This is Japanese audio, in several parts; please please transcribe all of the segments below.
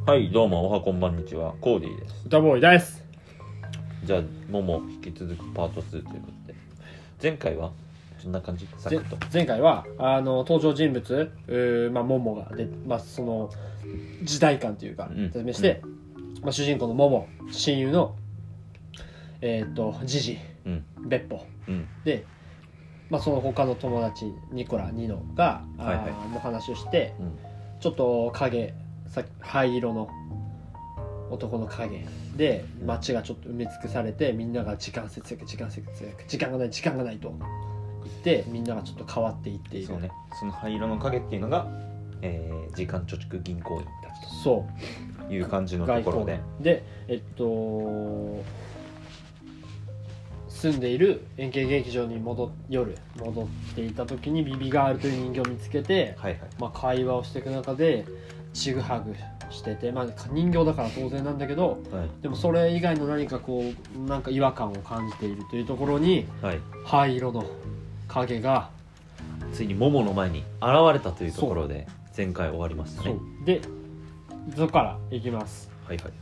はい、どうもおはこんばんにちは、コーディーです。 歌ボーイです。 じゃあもも引き続きパート2ということで、前回はどんな感じ？さっきと前回は登場人物モモがで、その時代感というか説明して、主人公のモモ、親友のジジ、ベッポ、で、その他の友達ニコラ、ニノが、の話をして、ちょっと灰色の男の影で街がちょっと埋め尽くされて、みんなが時間がないと言って、みんながちょっと変わっていっている。 そうね、その灰色の影っていうのが、時間貯蓄銀行員たちとそういう感じのところで、 住んでいる円形劇場に夜戻っていた時にビビガールという人形を見つけて、会話をしていく中でチグハグしてて、人形だから当然なんだけど、でもそれ以外の何かなんか違和感を感じているというところに、灰色の影がついにモモの前に現れたというところで前回終わりましたね。 でそこからいきます。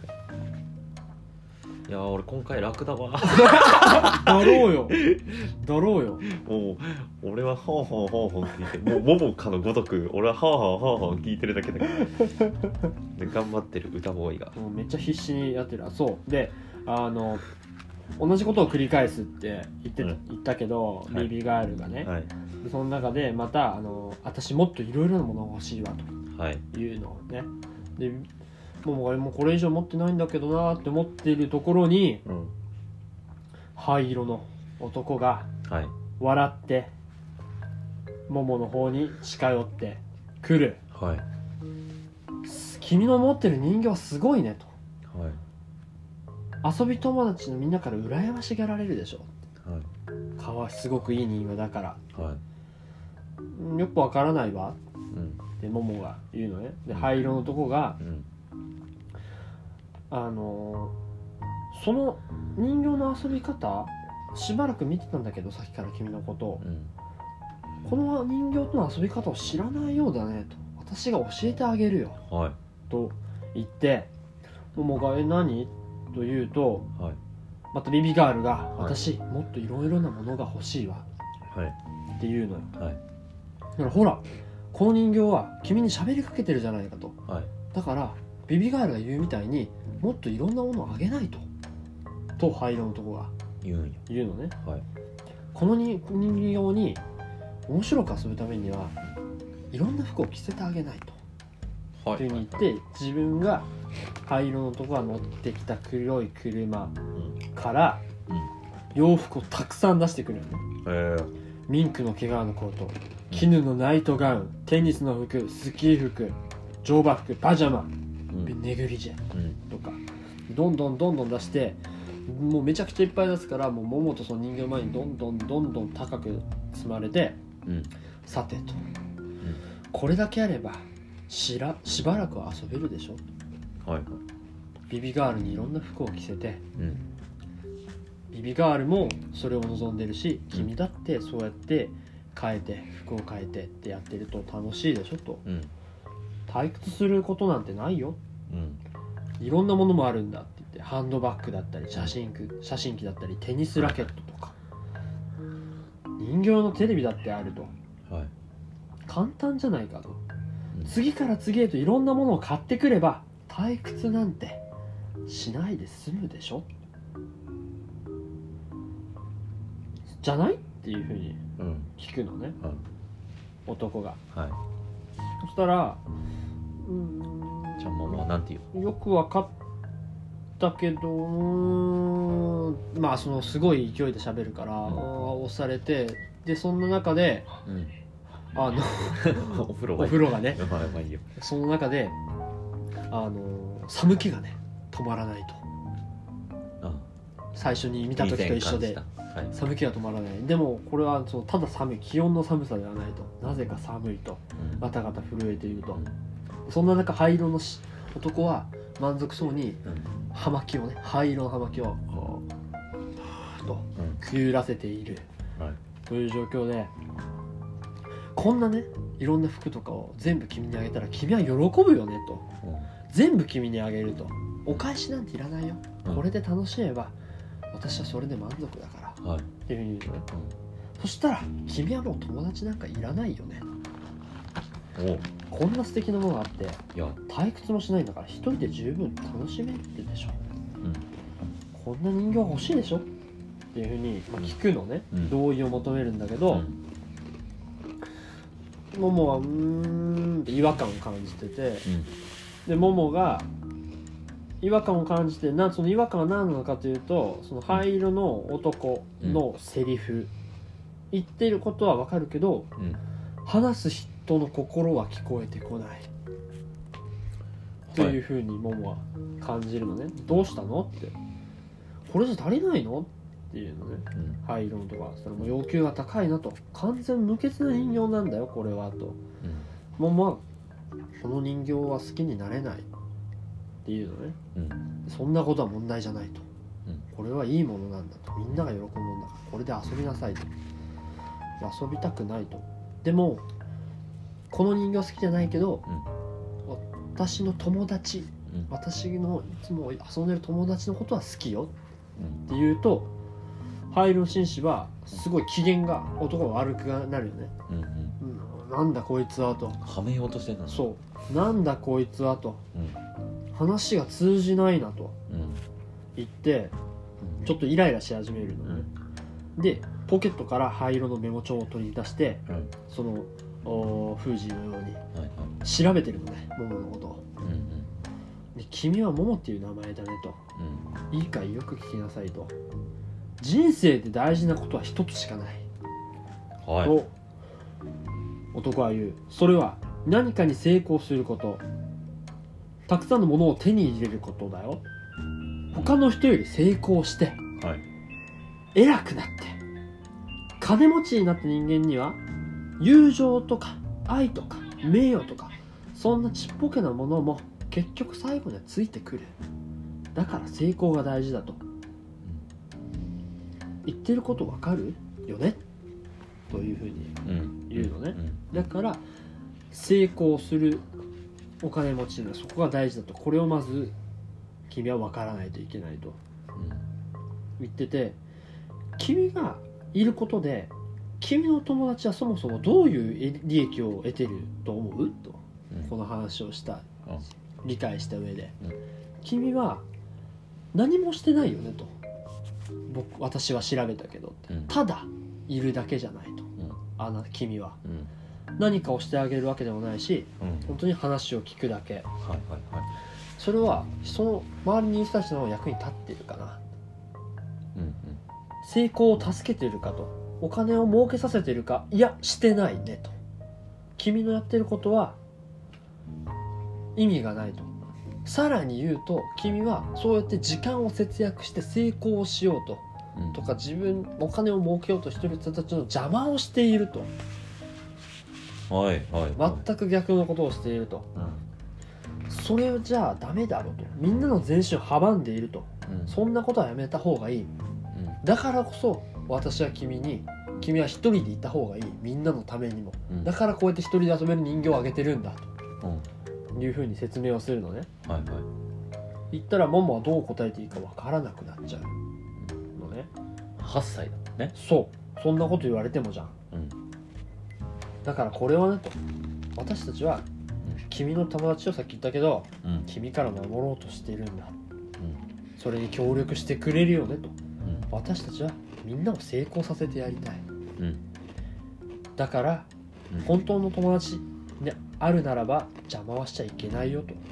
いや俺今回楽だわだろうよもう俺はホーホー聞いて、もうモモかのごとく俺はホー聞いてるだけだからで頑張ってる歌ボーイがもうめっちゃ必死にやってる。そうで同じことを繰り返すって言ったけど、ビビガールがね、その中でまた私もっといろいろなものが欲しいわというのをね、でもうこれ以上持ってないんだけどなって思っているところに、灰色の男が笑ってモモの方に近寄ってくる。君の持ってる人形はすごいねと、遊び友達のみんなから羨ましがられるでしょ、すごくいい人形だから、よくわからないわってモモが言うのね。で灰色の男が、その人形の遊び方しばらく見てたんだけど、さっきから君のことを、この人形との遊び方を知らないようだねと、私が教えてあげるよ、と言って、モモが何と言うと、またビビガールが、私もっといろいろなものが欲しいわ、って言うのよ。だからほらこの人形は君に喋りかけてるじゃないかと、だからビビガールが言うみたいにもっといろんなものをあげないと灰色のとこが言うのね。この人形に面白く遊ぶためにはいろんな服を着せてあげないと、っていうふうに言って、自分が灰色のとこが乗ってきた黒い車から洋服をたくさん出してくるのね。ミンクの毛皮のコート、絹のナイトガウン、テニスの服、スキー服、乗馬服、パジャマ、ネグリジェとか、どんどん出して、もうめちゃくちゃいっぱい出すから、もうモモとその人形前にどんどん高く積まれて、さてと、これだけあればしばらくは遊べるでしょ、ビビガールにいろんな服を着せて、ビビガールもそれを望んでるし、君だってそうやって服を変えてってやってると楽しいでしょと、退屈することなんてないよ、いろんなものもあるんだって言って、ハンドバッグだったり写真機だったりテニスラケットとか、人形のテレビだってあると、簡単じゃないかと、次から次へといろんなものを買ってくれば退屈なんてしないで済むでしょ、じゃないっていうふうに聞くのね、男が。そしたらじゃあママはなんて言う？ よく分かったけど、そのすごい勢いで喋るから、押されて、でそんな中で、お風呂がねその中で寒気がね止まらないと、最初に見た時と一緒で寒気が止まらない。でもこれはただ寒い、気温の寒さではないと、なぜか寒いと、ガタガタ震えていると、そんな中灰色の男は満足そうに灰色の葉巻をとくゆらせている、という状況で、こんなねいろんな服とかを全部君にあげたら君は喜ぶよねと、 全部君にあげると、お返しなんていらないよ、 うん、 これで楽しめば私はそれで満足だから、はい、っていうふうに言うのね、そしたら君はもう友達なんかいらないよね。こんな素敵なものがあって退屈もしないんだから一人で十分楽しめるでしょ、うん、こんな人形欲しいでしょっていうふうに、聞くのね、うん、同意を求めるんだけど、ももはって違和感を感じてて、でももが違和感を感じてその違和感は何なのかというと、その灰色の男のセリフ、言っていることは分かるけど、話す人の心は聞こえてこないというふうにももは感じるのね。どうしたのって、これじゃ足りないのっていうのね、灰色のとかそれも要求が高いなと、完全無欠な人形なんだよこれはと、ももはこの人形は好きになれないっていうのね、そんなことは問題じゃないと、これはいいものなんだと、みんなが喜ぶものだからこれで遊びなさいと、遊びたくないと、でもこの人形好きじゃないけど、私の友達、私のいつも遊んでる友達のことは好きよって言うと、灰色の紳士はすごい機嫌が男が悪くなるよね、なんだこいつはと、 はめようとしてたの。 そうなんだこいつはと、話が通じないなと言って、ちょっとイライラし始めるのね、でポケットから灰色のメモ帳を取り出して、その封じのように調べてるのね、モモのことを、で君はモモっていう名前だねと、いいかいよく聞きなさいと、人生で大事なことは一つしかない、と男は言う。それは何かに成功すること、たくさんのものを手に入れることだよ。他の人より成功して、偉くなって金持ちになった人間には友情とか愛とか名誉とかそんなちっぽけなものも結局最後にはついてくる。だから成功が大事だと、言ってることわかるよねというふうに言うのね、だから成功するお金持ちにはそこが大事だと、これをまず君は分からないといけないと言ってて、君がいることで君の友達はそもそもどういう利益を得てると思うと、この話をした理解した上で、君は何もしてないよねと、私は調べたけど、ただいるだけじゃないと、君は、何かをしてあげるわけでもないし、本当に話を聞くだけ、それはその周りにいる人たちの役に立っているかな、成功を助けているかと、お金を儲けさせているか、いやしてないねと、君のやってることは意味がないと。さらに言うと、君はそうやって時間を節約して成功をしようと、とか自分お金を儲けようとしている人たちの邪魔をしていると、全く逆のことをしていると、それじゃあダメだろうと、みんなの前進を阻んでいると、そんなことはやめた方がいい、だからこそ私は君は一人でいた方がいい、みんなのためにも、だからこうやって一人で遊べる人形をあげてるんだと、いうふうに説明をするのね、言ったらモモはどう答えていいかわからなくなっちゃうのね。 8歳だもんね。 そんなこと言われてもじゃん、だからこれはねと、私たちは君の友達をさっき言ったけど、君から守ろうとしているんだ、それに協力してくれるよねと、私たちはみんなを成功させてやりたい、だから、本当の友達であるならば邪魔はしちゃいけないよと、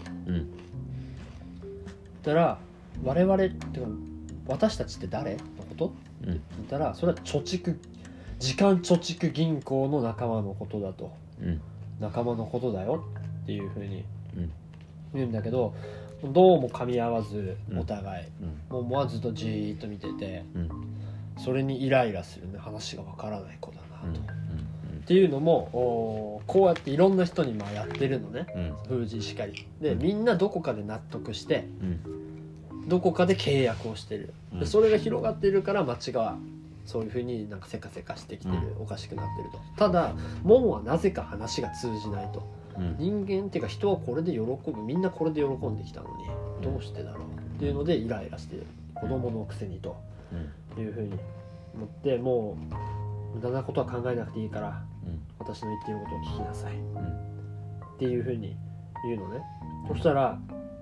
だから我々ってか私たちって誰のこと、言ったら、それは時間貯蓄銀行の仲間のことだと、仲間のことだよっていうふうに言うんだけど、どうも噛み合わずお互い、もうずっとじーっと見てて、それにイライラするね、話がわからない子だなと、っていうのもこうやっていろんな人にやってるのね、封じしかりで、みんなどこかで納得して、どこかで契約をしてる、でそれが広がっているから街がそういう風になんかせかせかしてきてる、おかしくなってると。ただモモはなぜか話が通じないと、 人間っていうか人はこれで喜ぶ、みんなこれで喜んできたのにどうしてだろうっていうのでイライラして子供のくせにというふうに思って、もう無駄なことは考えなくていいから私の言っていることを聞きなさいっていうふうに言うのね。そしたら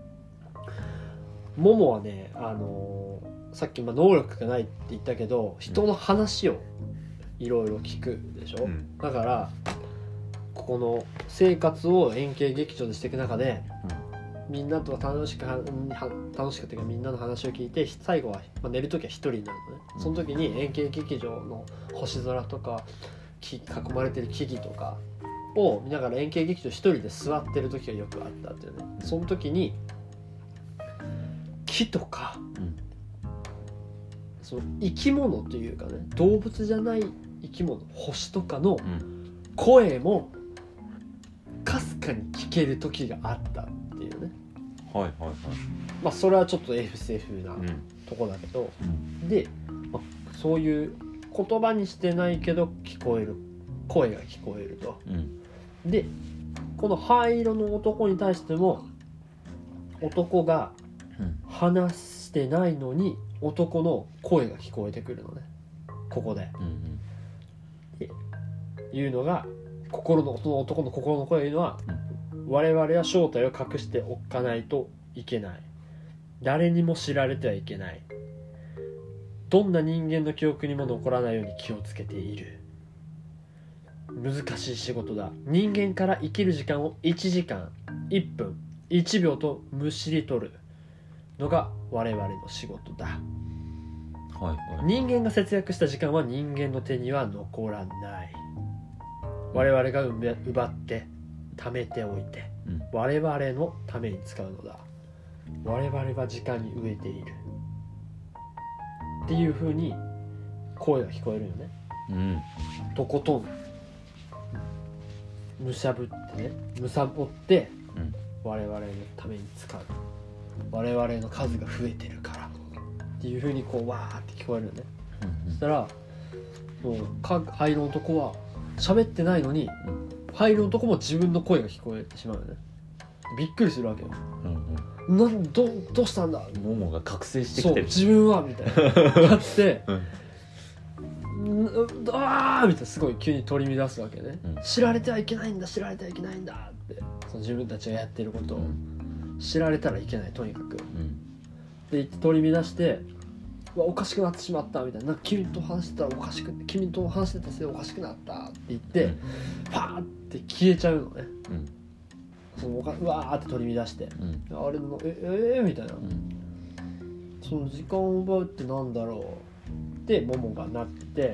モモはね、さっき能力がないって言ったけど人の話をいろいろ聞くでしょ、だからここの生活を円形劇場でしていく中で、みんなと楽しくっていうかみんなの話を聞いて最後は、寝るときは一人になるのね。その時に円形劇場の星空とか囲まれてる木々とかを見ながら円形劇場一人で座ってる時がよくあったっていうね。その時に木とか、その生き物というかね、動物じゃない生き物、星とかの声もかすかに聞ける時があったっていうね。それはちょっと SF なとこだけど、で、そういう言葉にしてないけど聞こえる声が聞こえると、でこの灰色の男に対しても男が話してないのに男の声が聞こえてくるのね、ここで、でいうのがその男の心の声というのは、我々は正体を隠しておかないといけない、誰にも知られてはいけない、どんな人間の記憶にも残らないように気をつけている、難しい仕事だ、人間から生きる時間を1時間1分1秒とむしり取るのが我々の仕事だ、人間が節約した時間は人間の手には残らない、我々が奪って貯めておいて、我々のために使うのだ、我々は時間に飢えているっていう風に声が聞こえるよね、とことんむしゃぶってね、むさぼって、我々のために使う、我々の数が増えてるからっていう風にこうわーって聞こえるよね、そしたらもう灰色の男は喋ってないのに、灰色の男も自分の声が聞こえてしまうよね。びっくりするわけよ、どうしたんだ、 モモが覚醒してきてる、 そう自分はみたいななって、あーみたいなすごい急に取り乱すわけね、知られてはいけないんだ知られてはいけないんだって、その自分たちがやってることを知られたらいけない、とにかく、で言って取り乱して、おかしくなってしまったみたいな、君と話してたら君と話してたせいでおかしくなったって言って、パーって消えちゃうのね、そのうわーって取り乱して、あれのみたいな、その時間を奪うってなんだろうってモモがなって、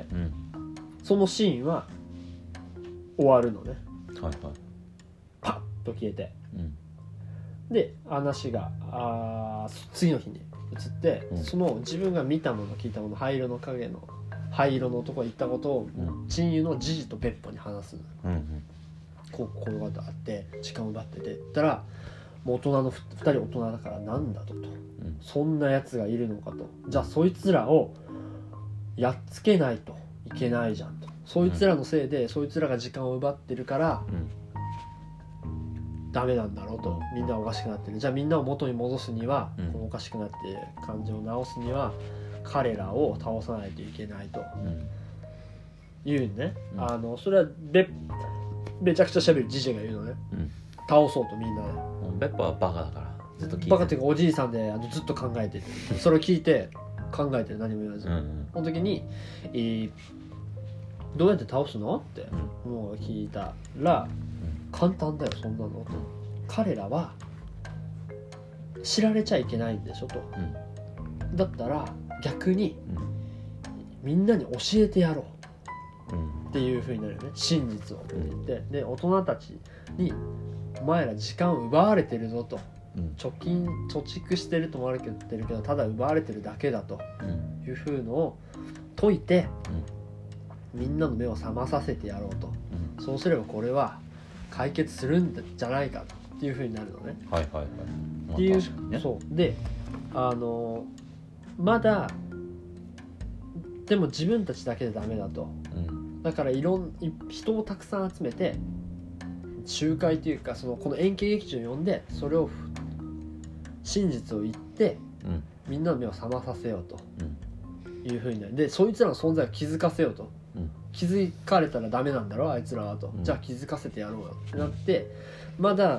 そのシーンは終わるのね、パッと消えて、で話が次の日に移って、その自分が見たもの聞いたもの、灰色の影の灰色の男が言ったことを、親友のジジとベッポに話すの、こういうことがあって時間を奪っててって言ったら、もう2人大人だからなんだと、そんなやつがいるのかと、じゃあそいつらをやっつけないといけないじゃんと、そいつらのせいでそいつらが時間を奪ってるから、ダメなんだろうと、みんなおかしくなってる、じゃあみんなを元に戻すには、このおかしくなってる感じを直すには彼らを倒さないといけないというね、それはめちゃくちゃ喋るジジェが言うのね、倒そうとみんなで、 ベッパはバカだからずっと聞いてる、 バカっていうかおじいさんでずっと考えてるそれを聞いて考えてる、何も言わず、その時に、どうやって倒すのってもう聞いたら、簡単だよそんなのと、彼らは知られちゃいけないんでしょと、だったら逆にみんなに教えてやろうっていう風になるよね、真実をって言って、で大人たちにお前ら時間を奪われてるぞと、貯蓄してると思われてるけどただ奪われてるだけだという風のを解いて、みんなの目を覚まさせてやろうと、そうすればこれは解決するんじゃないかっていう風になるのね、っていう、そうでまだでも自分たちだけでダメだと、だから人をたくさん集めて集会というかこの円形劇場を呼んでそれを真実を言って、みんなの目を覚まさせようというふうになる。でそいつらの存在を気づかせようと、気づかれたらダメなんだろあいつらはと、じゃあ気づかせてやろうよってなって、まだ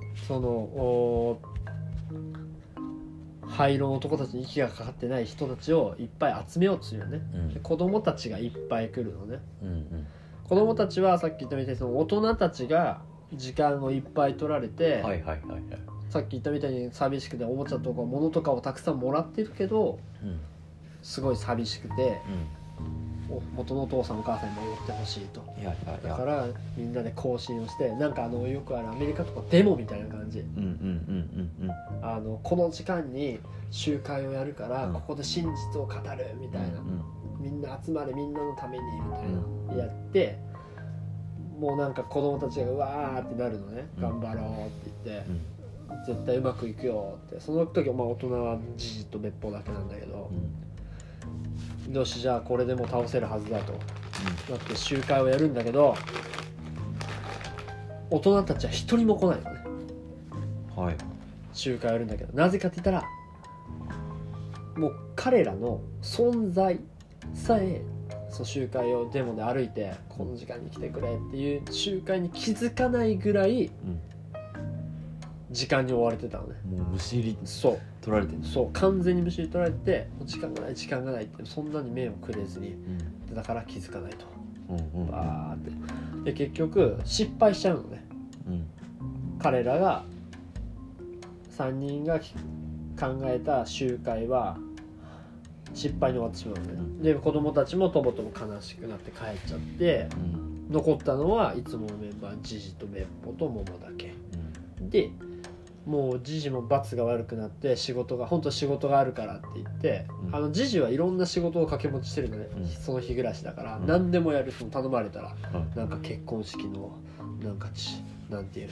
灰色の男たちに息がかかってない人たちをいっぱい集めようとするよね、で子供たちがいっぱい来るのね、子供たちはさっき言ったみたいに大人たちが時間をいっぱい取られて、さっき言ったみたいに寂しくておもちゃとか物とかをたくさんもらってるけど、すごい寂しくて、元のお父さんお母さんに戻ってほしいと。だからみんなで行進をして、なんかよくあるアメリカとかデモみたいな感じ、この時間に集会をやるから、ここで真実を語るみたいな、みんな集まれみんなのためにみたいなやって、もうなんか子供たちがうわーってなるのね、頑張ろうって言って、絶対うまくいくよって。その時は大人はじじと別歩だけなんだけど、よしじゃあこれでも倒せるはずだとなって集会をやるんだけど、大人たちは一人も来ないのね、集会をやるんだけど、なぜかって言ったらもう彼らの存在さえその集会をデモで歩いてこの時間に来てくれっていう集会に気づかないぐらい時間に追われてたのね。 もうむしりそう取られてる。 そう完全にむしり取られて、時間がない時間がないってそんなに目をくれずに、だから気づかないと、バーってで結局失敗しちゃうのね、彼らが3人が考えた集会は失敗に終わってしまうのね、で子供たちもとぼとぼ悲しくなって帰っちゃって、残ったのはいつものメンバージジとメッポとモモだけ、でもうジジも罰が悪くなって本当仕事があるからって言って、ジジはいろんな仕事を掛け持ちしてるのね、その日暮らしだから、何でもやる。頼まれたら、なんか結婚式のなんていう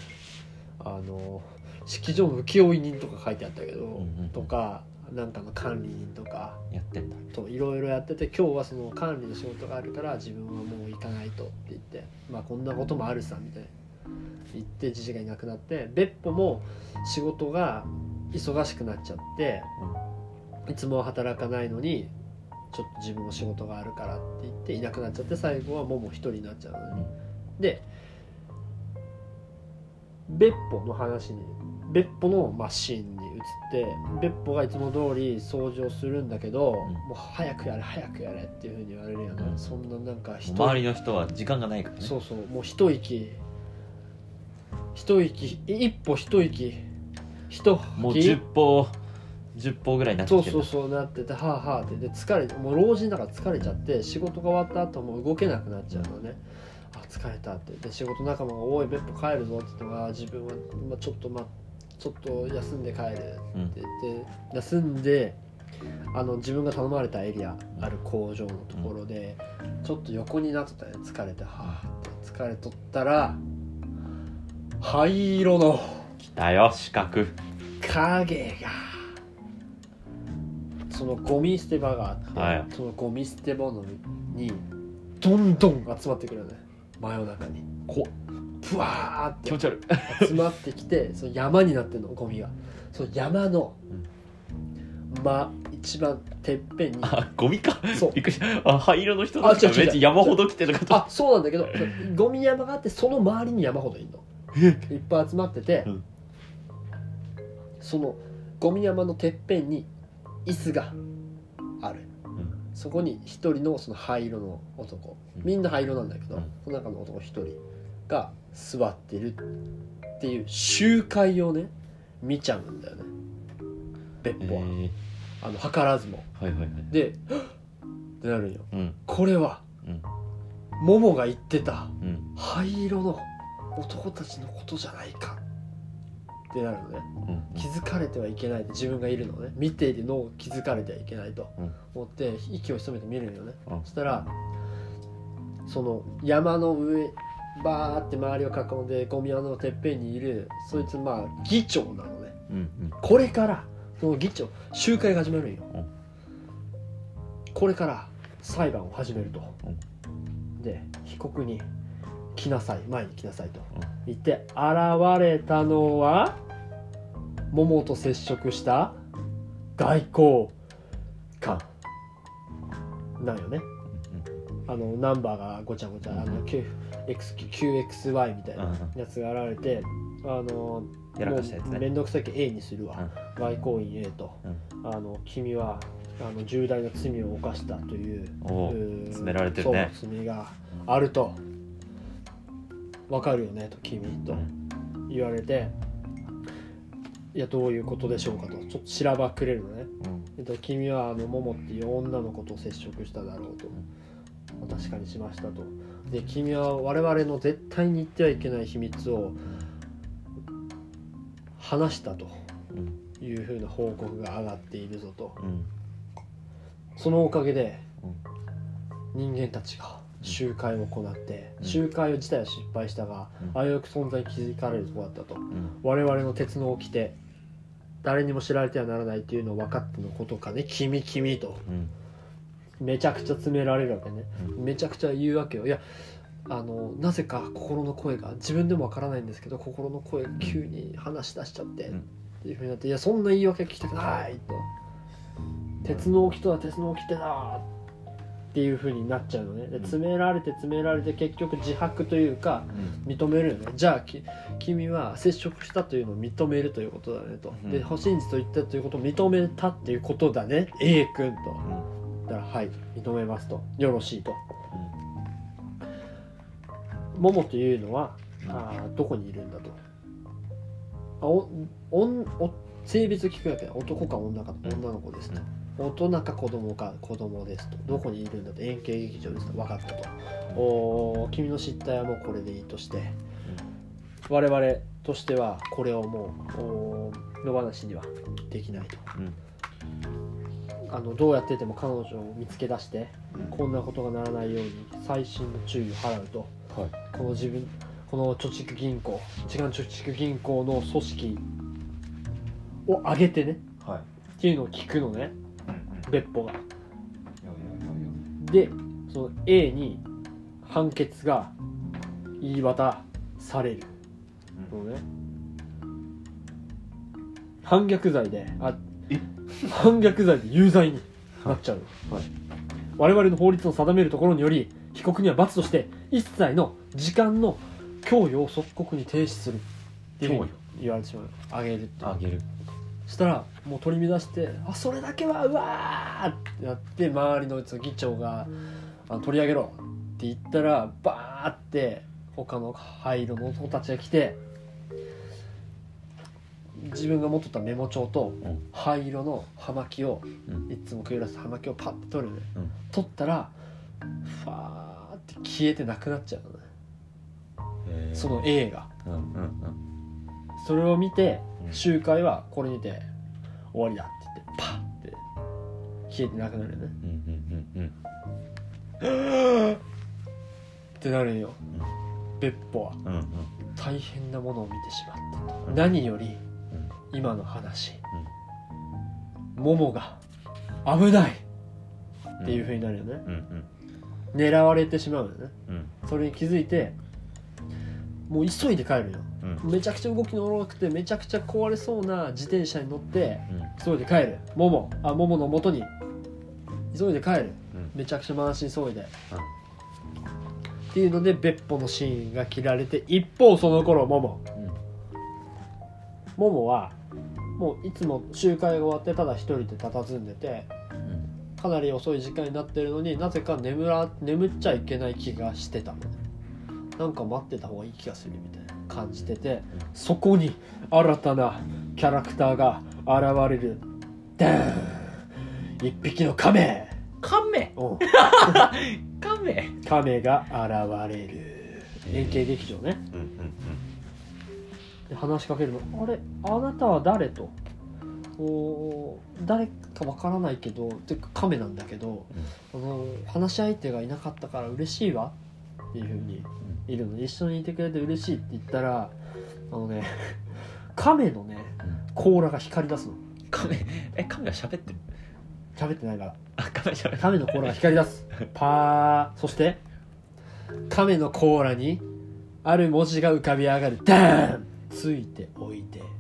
式場の請負人とか書いてあったけど、とかなんかの管理人とかやってんだといろいろやってて、今日はその管理の仕事があるから自分はもう行かないとって言って、こんなこともあるさみたいな言ってジジがいなくなって、ベッポも仕事が忙しくなっちゃって、いつも働かないのにちょっと自分も仕事があるからって言っていなくなっちゃって、最後はモモ一人になっちゃうのね、でベッポの話にベッポのシーンに移って、ベッポがいつも通り掃除をするんだけど、もう早くやれ早くやれっていう風に言われるよね、そんななんか周りの人は時間がないからね。 そうもう一息一歩一息もう10歩ぐらいになってきてる。 そうなってて、はあはあって、で疲れて、もう老人だから疲れちゃって、仕事が終わった後も動けなくなっちゃうのね、疲れたって。で仕事仲間がおいベッポ帰るぞって言っても、自分はちょっと休んで帰るって言って、休んで自分が頼まれたエリアある工場のところで、ちょっと横になっとったよね、疲れて、はあって疲れとったら、灰色の来たよ四角影が、そのゴミ捨て場があって、そのゴミ捨て場にどんどん集まってくるよね、真夜中にプワーって気持ち悪い集まってきて、その山になってんのゴミが。その山の一番てっぺんに、 ゴミか。 そうびっくりした。灰色の人たちがめっちゃ山ほど来てるかと。 そうなんだけど、ゴミ山があって、その周りに山ほどいるのいっぱい集まってて、そのゴミ山のてっぺんに椅子がある、そこに一人のその灰色の男、みんな灰色なんだけど、その中の男一人が座ってるっていう集会をね見ちゃうんだよね、ベッポは。図らずも、でってなるんよ、これは、モモが言ってた、灰色の男たちのことじゃないかってなるのね、気づかれてはいけないって自分がいるのね、見ているのを気づかれてはいけないと思って息を潜めて見るよね、そしたらその山の上バーって周りを囲んでゴミ山のてっぺんにいるそいつ議長なのね、これからその議長集会が始まるんよ、これから裁判を始めると、で被告に来なさい、前に来なさいと言って現れたのは桃と接触した外交官なんよね。ナンバーがごちゃごちゃQXY みたいなやつが現れてやらかしたやつね。 めんどくさいけど A にするわ、外交員 A と、君は重大な罪を犯したという詰められてるね。 そう罪があると、分かるよねと君と言われて、いやどういうことでしょうかとちょっとしらばくれるのね、君は桃っていう女の子と接触しただろうと、確かにしましたと。で君は我々の絶対に言ってはいけない秘密を話したというふうな報告が上がっているぞと、そのおかげで人間たちが集会を行って、集会自体は失敗したが、危うく存在に気づかれるところだったと、我々の鉄の掟、誰にも知られてはならないというのを分かってのことかね、君と、めちゃくちゃ詰められるわけね、めちゃくちゃ言うわけよ。いやなぜか心の声が自分でも分からないんですけど、心の声が急に話し出しちゃって、っていうふうになって、いやそんな言い訳聞きたくないと、鉄の掟とは鉄の掟だっていう風になっちゃうのね。で詰められて結局自白というか認めるよね。じゃあ君は接触したというのを認めるということだねと、で真実と言ったということを認めたっていうことだね A 君と、だからはい認めますと、よろしいと。桃というのはどこにいるんだと、性別聞くわけだ。男か女か女の子ですと、大人か子供か子供ですと、どこにいるんだと、円形劇場ですと、分かったと、君の失態はもうこれでいいとして、我々としてはこれをもう野放しにはできないと、どうやってても彼女を見つけ出して、こんなことがならないように細心の注意を払うと、この貯蓄銀行、一眼貯蓄銀行の組織を上げてね、っていうのを聞くのね、別府が。でその A に判決が言い渡されるのね、反逆罪で有罪になっちゃう、我々の法律の定めるところにより、被告には罰として一切の時間の供与を即刻に停止するっていうふうに言われてしまう。あげるってそしたらもう取り乱して、それだけはうわーってなって、周りの議長が取り上げろって言ったら、バーって他の灰色の男たちが来て、自分が持ってたメモ帳と灰色の葉巻を、いつもくゆらせた葉巻をパッと取るね、取ったらファーって消えてなくなっちゃうのね、その A が、それを見て集会はこれにて終わりだって言ってパッって消えてなくなるよね、ってなるよ、別府は、大変なものを見てしまったと、何より今の話、桃が危ないっていう風になるよね、狙われてしまうよね、それに気づいてもう急いで帰るよ、めちゃくちゃ動きの悪くてめちゃくちゃ壊れそうな自転車に乗って急いで帰る、桃の元に急いで帰る、めちゃくちゃ満身創痍で、っていうので別府のシーンが切られて、一方その頃桃はもういつも集会が終わってただ一人で佇んでて、かなり遅い時間になってるのになぜか眠っちゃいけない気がしてたのね、なんか待ってた方がいい気がするみたいな感じてて、そこに新たなキャラクターが現れる。ダーン、一匹の亀が現れる。円形劇場ね、で話しかけるの、あなたは誰と、誰かわからないけどって亀なんだけど、話し相手がいなかったから嬉しいわっていう風にいるので、一緒にいてくれて嬉しいって言ったら、亀のね甲羅が光り出すの。 亀が喋ってる？ 喋ってないから。 亀の甲羅が光り出すパー。そして亀の甲羅にある文字が浮かび上がる。ダーンついておいて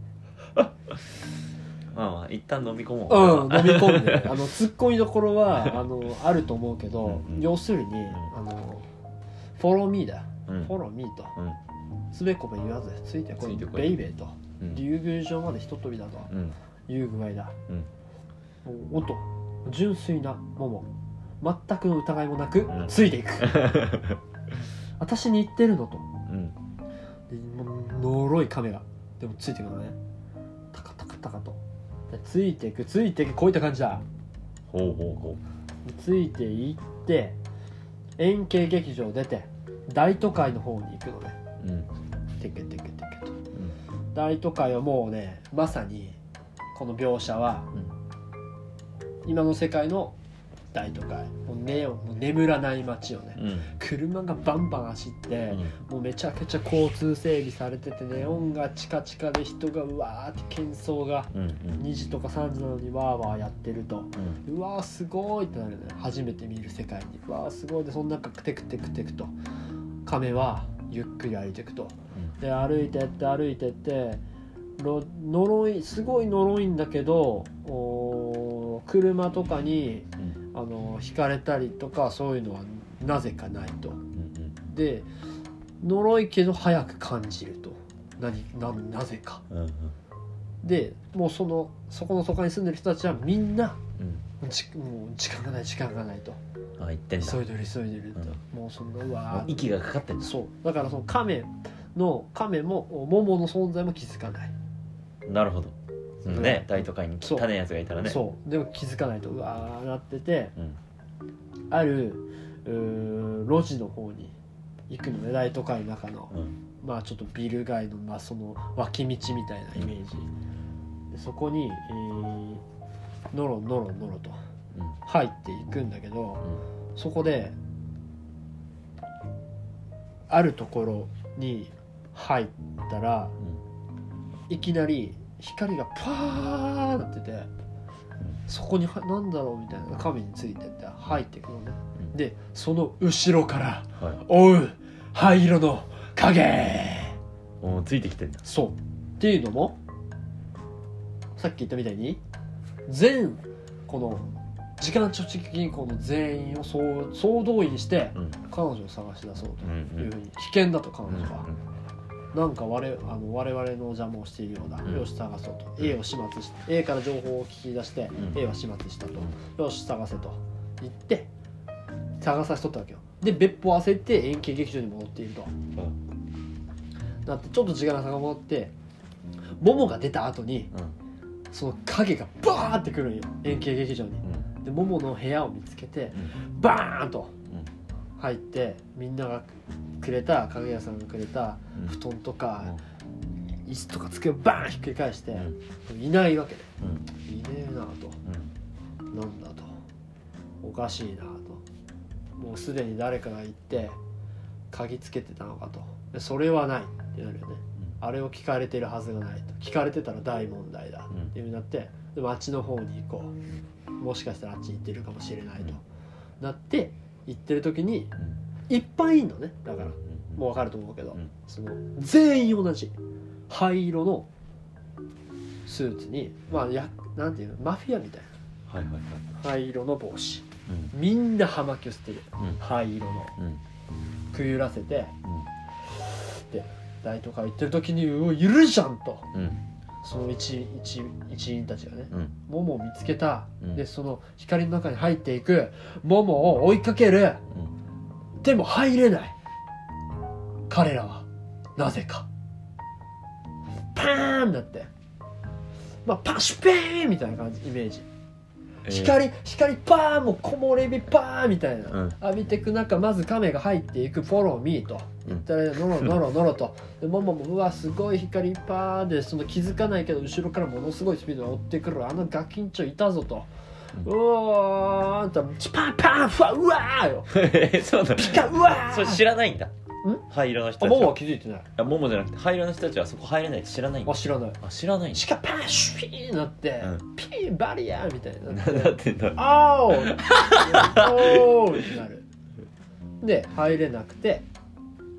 まあ一旦飲み込もう。 飲み込んでツッコミどころはあると思うけど、要するにフォローミーだ、フォローミーと、つべこべ言わずついてこいベイベーと、竜宮城までひと飛びだという具合だ。おっと純粋な桃、全くの疑いもなくついていく。私に言ってるのと、で呪い亀がでもついていくのね。タカタカタカとついていくこういった感じだ。ついていって円形劇場出て大都会の方に行くのね。テケテケテケと、大都会はもうね、まさにこの描写は、今の世界の大都会、もう眠らない街をね、車がバンバン走って、もうめちゃくちゃ交通整備されてて、ネオンがチカチカで人がうわーって喧騒が、2時とか3時なのにワーワーやってると、うわーすごいってなるね。初めて見る世界にうわーすごいで、その中テクテクテクと亀はゆっくり歩いていくと、で歩いてって呪いすごい呪いんだけど、車とかに引かれたりとかそういうのはなぜかないと、で呪いけど早く感じると、なぜか、でもうそこのそこに住んでる人たちはみんな、もう時間がないと、 言ってんだ、 急いでると、もうそんなうわー息がかかってんだ。 そうだからその亀も桃の存在も気づかない。 なるほど。大都会に汚いやつがいたらね。 そうでも気づかないとうわーなってて、ある路地の方に行くのね。大都会の中の、まあちょっとビル街の、まあ、その脇道みたいなイメージ、でそこに、のろと入っていくんだけど、そこであるところに入ったら、いきなり光がパーなってて、そこになんだろうみたいな、亀についてって入っていくのね。でその後ろから追う灰色の影、 ついてきてんだ。 そうっていうのも、さっき言ったみたいにこの時間貯蓄銀行の全員を総動員して彼女を探し出そうというふうに、危険だと彼女は、なんか我々の邪魔をしているようだ、よし探そうと、A を始末して A から情報を聞き出して、A は始末したと、よし探せと言って探させとったわけよ。で別府を焦って円形劇場に戻っていると、だってちょっと時間が遡って、桃が出た後に、その影がバーってくるんよ、円形劇場に。で桃の部屋を見つけて、バーンと入って、みんながくれた、影屋さんがくれた布団とか、椅子とか机をバーンひっくり返して、いないわけで、いねえなと、なんだと、おかしいなと、もうすでに誰かが行って鍵つけてたのかと、でそれはないってなるよね。あれを聞かれてるはずがないと、聞かれてたら大問題だっていう風になって、でもあっちの方に行こう、もしかしたらあっちに行ってるかもしれないとなって行ってる時に、いっぱいいんのね。だからもう分かると思うけど、その全員同じ灰色のスーツに、まあなんていうの、マフィアみたいな、灰色の帽子、みんな葉巻を捨てる、灰色の、くゆらせて、で大都会行ってる時にいるじゃんと、その一員たちがね、桃を見つけた、でその光の中に入っていく桃を追いかける、でも入れない彼らは、なぜかパーンだって、まあパシュペーンみたいな感じ、イメージ、光パーン、もう木漏れ日パーンみたいな、浴びてく中、まず亀が入っていく、フォローミーと言ったら、ノロと、で桃もうわすごい光パーンで、その気づかないけど後ろからものすごいスピードで追ってくる、あのガキンチョいたぞと、うわーんとパンパンフワうわーよそうなの、 ピカうわー、 それ知らないんだ。灰色の人たち桃は気づいてない。 桃じゃなくて灰色の人たちはそこ入れないって知らないんだ。 知らない。 知らないんだ。 しかパーシュピーなって、ピーバリアーみたいになって、 なってんだ。 おーってなる。で入れなくて、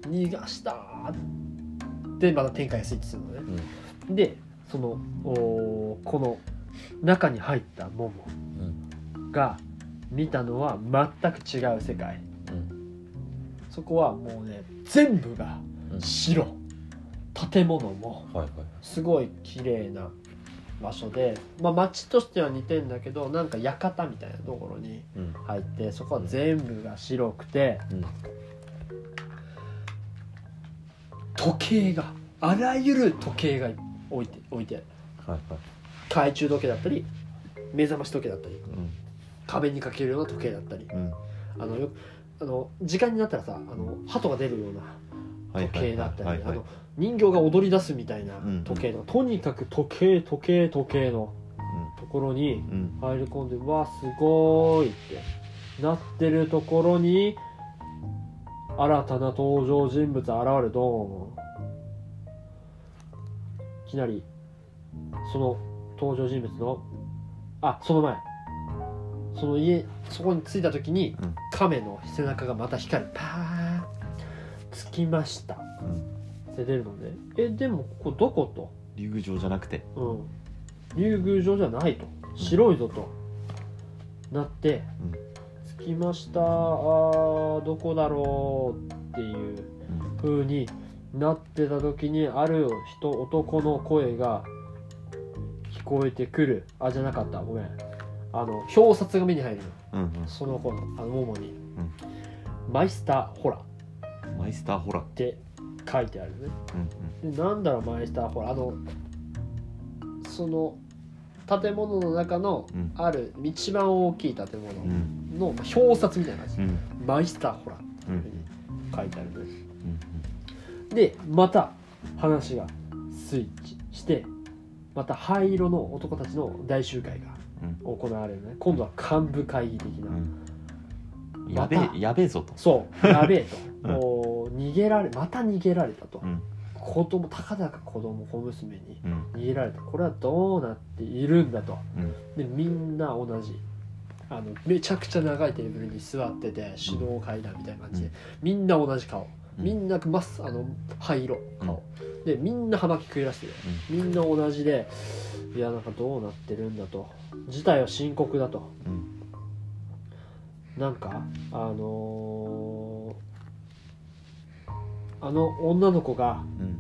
逃がしたーってまた展開がスイッチするのね、でそのこの中に入ったモモが見たのは全く違う世界、そこはもうね全部が白、建物もすごい綺麗な場所で、まあ、街としては似てんだけどなんか館みたいなところに入って、そこは全部が白くて、時計があらゆる時計が置いてある、懐中時計だったり目覚まし時計だったり、壁にかけるような時計だったり、時間になったらさ鳩が出るような時計だったり、人形が踊り出すみたいな時計の、とにかく時計のところに入り込んで、わすごいってなってるところに新たな登場人物現れる。ドーン。いきなりその登場人物のその前そこに着いた時に、亀の背中がまた光る。パー着きました、って出るので、でもここどこと、 竜宮城じゃなくて、 竜宮城じゃないと、白いぞとなって、着きました、どこだろうっていう風になってた時に、ある男の声が聞こえてくる。じゃなかった、ごめん、表札が目に入るの、その子の桃に、マイスターホラって書いてあるね、でなんだろうマイスターホラ、その建物の中のある一番大きい建物の表札みたいな感じ、マイスターホラっていうふうに書いてあるね、でまた話がスイッチして、また灰色の男たちの大集会が行われるね。今度は幹部会議的な、 やべえぞと、 そうやべえと、逃げられたと、子供たかだか小娘に逃げられた、これはどうなっているんだと、でみんな同じめちゃくちゃ長いテーブルに座ってて、首脳会談みたいな感じで、みんな同じ顔、みんな灰色顔、でみんな葉巻食いらしてる、みんな同じで、いやなんかどうなってるんだと、事態は深刻だと、なんか女の子が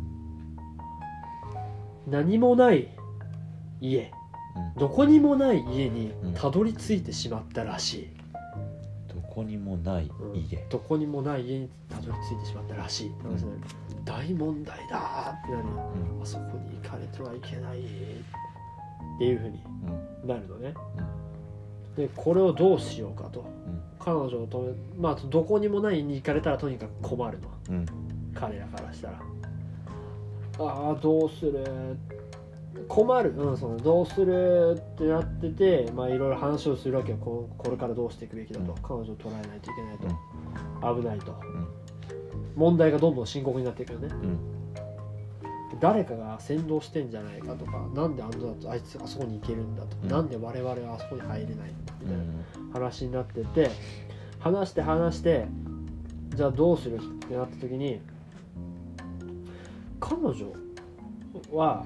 何もない家、どこにもない家にたどり着いてしまったらしい、 どこにもない家、 どこにもない家にたどり着いてしまったらしい、大問題だってなる、あそこに行かれてはいけないっていう風になるのね、でこれをどうしようかと、彼女を止め、どこにもない家に行かれたらとにかく困るの、彼らからしたら、どうする困る、どうするってなってて、いろいろ話をするわけよ。これからどうしていくべきだと、彼女を捉えないといけないと、危ないと、問題がどんどん深刻になっていくよね、誰かが先導してんじゃないかとか、なんであいつあそこに行けるんだとか、なんで我々はあそこに入れないんだみたいな話になってて、話してじゃあどうするってなった時に、彼女は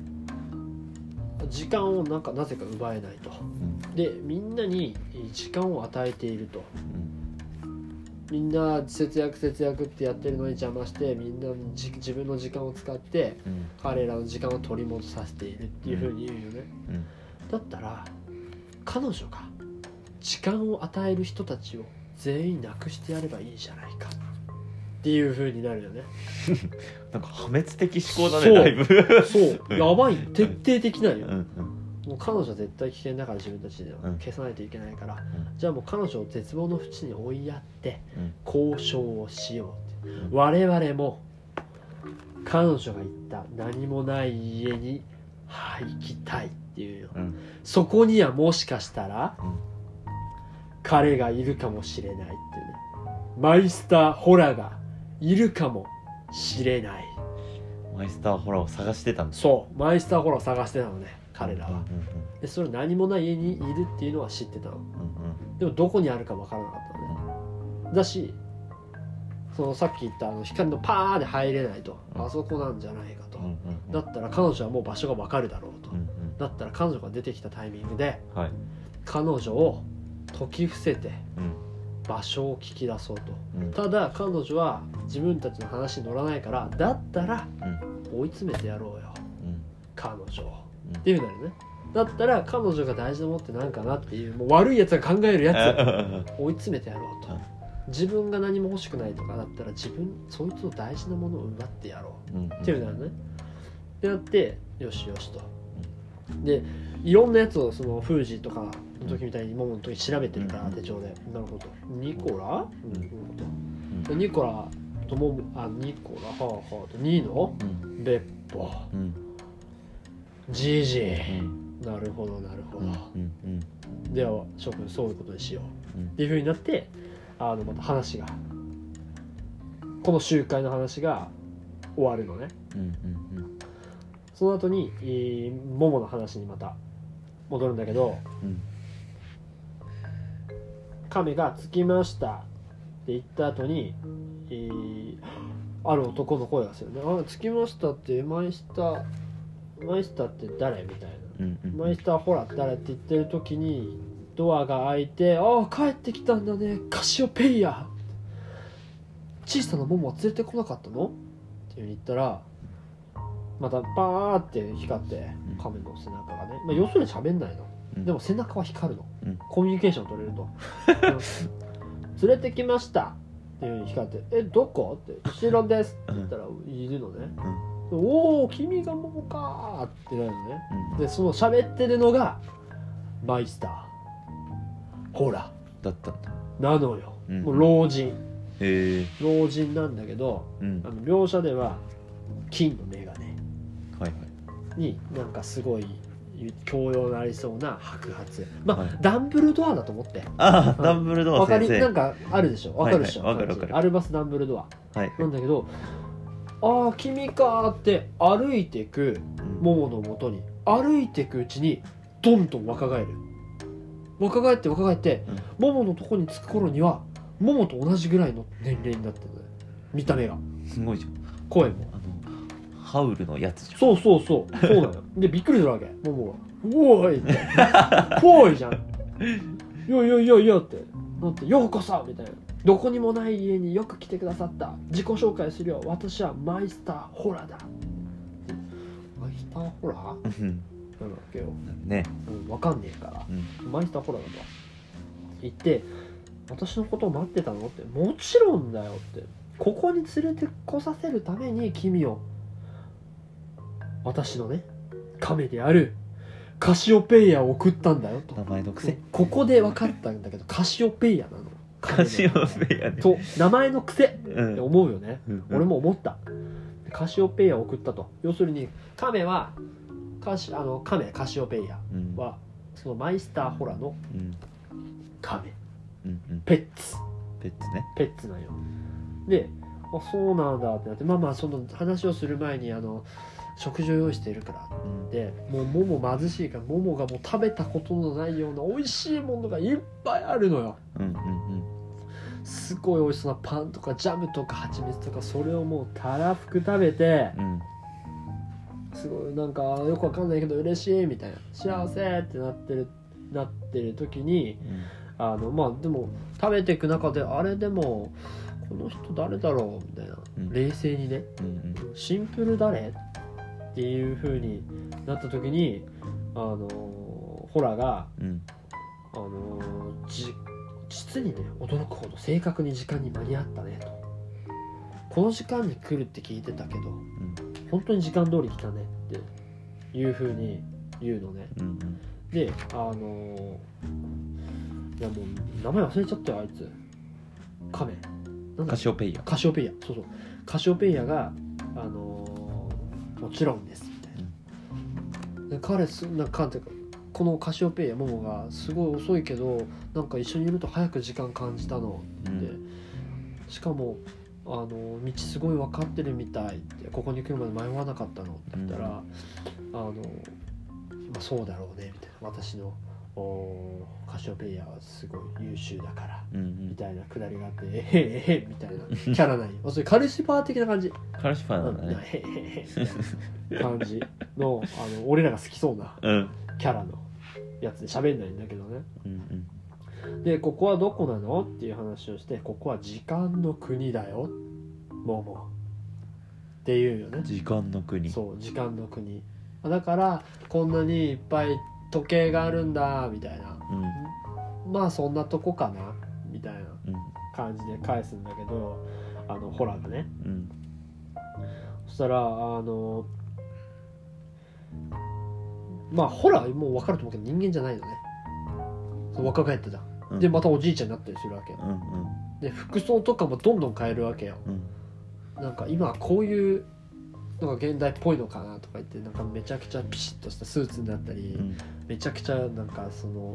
時間をなぜか奪えないと、でみんなに時間を与えていると、みんな節約ってやってるのに邪魔して、みんな自分の時間を使って彼らの時間を取り戻させているっていう風に言うよね、だったら彼女が時間を与える人たちを全員なくしてやればいいじゃないかっていう風になるよねなんか破滅的思考だね、だいぶそうやばい、徹底的なんよ、もう彼女は絶対危険だから自分たちで消さないといけないから、じゃあもう彼女を絶望の淵に追いやって交渉をしようって、我々も彼女が言った何もない家に行きたいっていうよ、そこにはもしかしたら彼がいるかもしれないっていうね、マイスターホラがいるかもしれない。 マイスターホラを探してたんだ。 そうマイスターホラを探してたのね、彼らは、でそれ何もない家にいるっていうのは知ってたの、でもどこにあるか分からなかったのね、だしそのさっき言った光のパーで入れないと、あそこなんじゃないかと、だったら彼女はもう場所が分かるだろうと、だったら彼女が出てきたタイミングで、彼女を解き伏せて場所を聞き出そうと、ただ彼女は自分たちの話に乗らないから、だったら追い詰めてやろうよ、彼女を、っていうのよね。だったら彼女が大事なものって何かなっていう、もう悪いやつが考えるやつを追い詰めてやろうと、自分が何も欲しくないとかだったらそいつの大事なものを奪ってやろう、っていうのよね。でやってよしよしと、でいろんなやつをそのフージーとかの時みたいにモモの時調べてるから、手帳で、なるほどニコラ、ニコラとニコラとニーノ、ベッポ、ジージー、なるほどなるほど、では諸君そういうことにしよう、っていう風になって、また話が、この集会の話が終わるのね。その後に、モモの話にまた戻るんだけど、亀が着きましたって言った後に、ある男の声がするね。着きましたってマイスターって誰みたいな、マイスターホラって誰って言ってる時にドアが開いて、帰ってきたんだねカシオペイヤ、小さなモモは連れてこなかったのっていう風に言ったら、またパーって光って亀の背中がね、要するに喋んないの、でも背中は光るの、コミュニケーション取れると連れてきましたっていう風に光ってどこって後ろですって言ったらいるのね、おお君がモモかーってなるのね、でその喋ってるのがマイスターホラだったんだなのよ、もう老人、老人なんだけど、描写では金のメガネになんかすごい教養のありそうな白髪、ダンブルドアだと思って、 ダンブルドア先生なんかあるでしょ、わかるでしょ、 わかるアルバス・ダンブルドア、なんだけど、君かーって歩いていくモモのもとに歩いていくうちにどんどん若返って、モモのとこに着く頃にはモモと同じぐらいの年齢になってる、見た目がすごいじゃん、 声もハウルのやつじゃん。 そうなのよ。でびっくりするわけ、モモがおーいってぽいじゃん、よってなって、ようこそみたいな、どこにもない家によく来てくださった、自己紹介するよ、私はマイスターホラだ。マイスターホラなんだっけよね、 わかんねえから、マイスターホラだと言って、私のことを待ってたのって、もちろんだよって、ここに連れてこさせるために君を私のね亀であるカシオペイヤを送ったんだよと。 名前の癖、 ここで分かったんだけど、カシオペイヤなの、 カシオペイヤねと名前の癖って思うよね、俺も思った。カシオペイヤを送ったと、要するに亀はカシオペイヤは、そのマイスターホラの亀、ペッツなんよ。でそうなんだってなって、その話をする前に食事を用意しているからで、もうモモ貧しいから、モモがもう食べたことのないような美味しいものがいっぱいあるのよ、すごい美味しそうなパンとかジャムとか蜂蜜とか、それをもうたらふく食べて、すごいなんかよくわかんないけど嬉しいみたいな、幸せってなってる時に、でも食べていく中で、あれでもこの人誰だろうみたいな、冷静にね、シンプル誰っていう風になった時に、ホラが、実にね驚くほど正確に時間に間に合ったねと、この時間に来るって聞いてたけど、本当に時間通り来たねっていう風に言うのね、でいやもう名前忘れちゃったよ、あいつ亀カシオペイヤ、 そうカシオペイヤがもちろんですみたいな、で彼このカシオペイヤモモがすごい遅いけど、なんか一緒にいると早く時間感じたのって、しかも道すごい分かってるみたいって、ここに来るまで迷わなかったのって言ったら、そうだろうねみたいな、私のカシオペイヤはすごい優秀だから、 うんうん、 みたいなくだりがあってえへえへみたいなキャラないそれカルシファー的な感じカルシファーなんだねへへへみたいな感じの俺らが好きそうなキャラのやつで喋んないんだけどね、 うんうん、でここはどこなのっていう話をしてここは時間の国だよももっていうよね。 時間の国。 そう時間の国だからこんなにいっぱい時計があるんだみたいな、うん、まあそんなとこかなみたいな感じで返すんだけどホラーがね、うん、そしたらまあホラーもう分かると思うけど人間じゃないのね。そう若返ってた、うん、でまたおじいちゃんになったりするわけ、うんうん、で服装とかもどんどん変えるわけよ、うん、なんか今はこういうのが現代っぽいのかなとか言ってなんかめちゃくちゃピシッとしたスーツになったり、うん、めちゃくちゃなんかその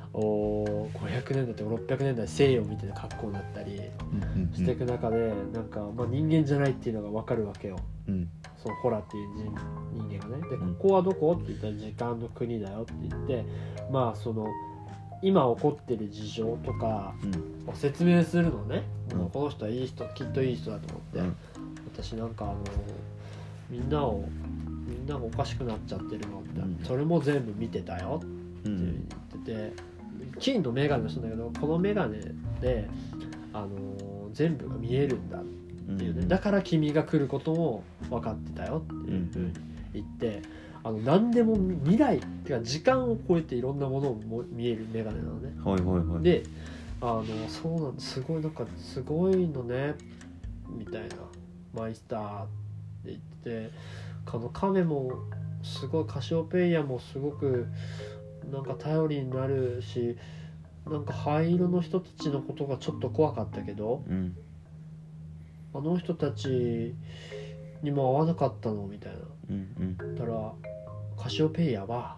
500年代とか600年代西洋みたいな格好になったりしていく中でなんか、まあ、人間じゃないっていうのが分かるわけよ、うん、そのホラーっていう人間がね。でここはどこって言ったら時間の国だよって言ってまあその今起こってる事情とかを説明するのね、うん、この人はいい人きっといい人だと思って、うん、私なんかみんながおかしくなっちゃってるのって、うん、それも全部見てたよって言ってて、金のメガネの人だけどこのメガネで、全部が見えるんだっていうね、だから君が来ることも分かってたよっていうふうに言って、何でも未来っていうか時間を超えていろんなものを見えるメガネなのね、はいはいはい、でそうなんすごいなんかすごいのねみたいなマイスターって言って亀もすごいカシオペイヤもすごくなんか頼りになるしなんか灰色の人たちのことがちょっと怖かったけど、うん、あの人たちにも会わなかったのみたいな、うんうん、だからカシオペイヤは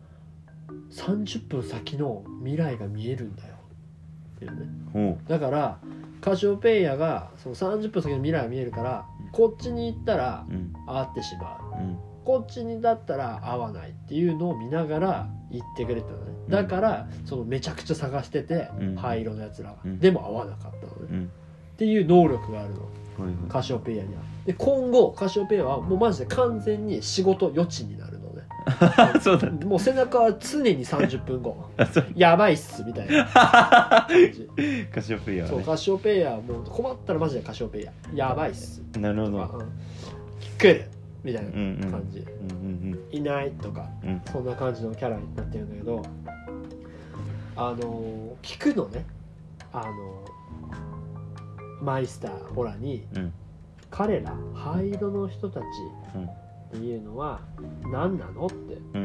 30分先の未来が見えるんだよっていうね、だからカシオペイヤがその30分先の未来が見えるからこっちに行ったら会ってしまう、うん、こっちにだったら会わないっていうのを見ながら言ってくれたのね。だからそのめちゃくちゃ探してて、うん、灰色のやつらが、うん、でも会わなかったのね、うん、っていう能力があるの、はいはい、カシオペイヤには。で今後カシオペイヤはもうマジで完全に仕事余地になるのねそうだ、もう背中は常に30分後やばいっすみたいな感じカシオペイヤは、ね、 そうカシオペイヤはもう困ったらマジでカシオペイヤやばいっす、 なるほど、 来るみたいな感じ、いないとか、うん、そんな感じのキャラになってるんだけど聞くのねマイスターホラに、うん、彼ら灰色の人たちっていうのは何なのって、うんうんうん、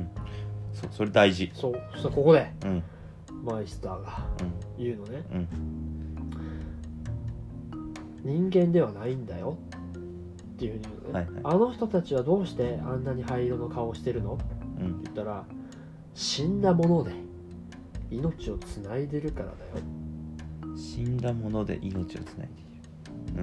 それ大事。 そうここで、うん、マイスターが言うのね、うんうん、人間ではないんだよっていう風に言うのね、はいはい、あの人たちはどうしてあんなに灰色の顔をしてるの、うん、って言ったら死んだもので命をつないでるからだよ。 死んだもので命をつないでいる、うん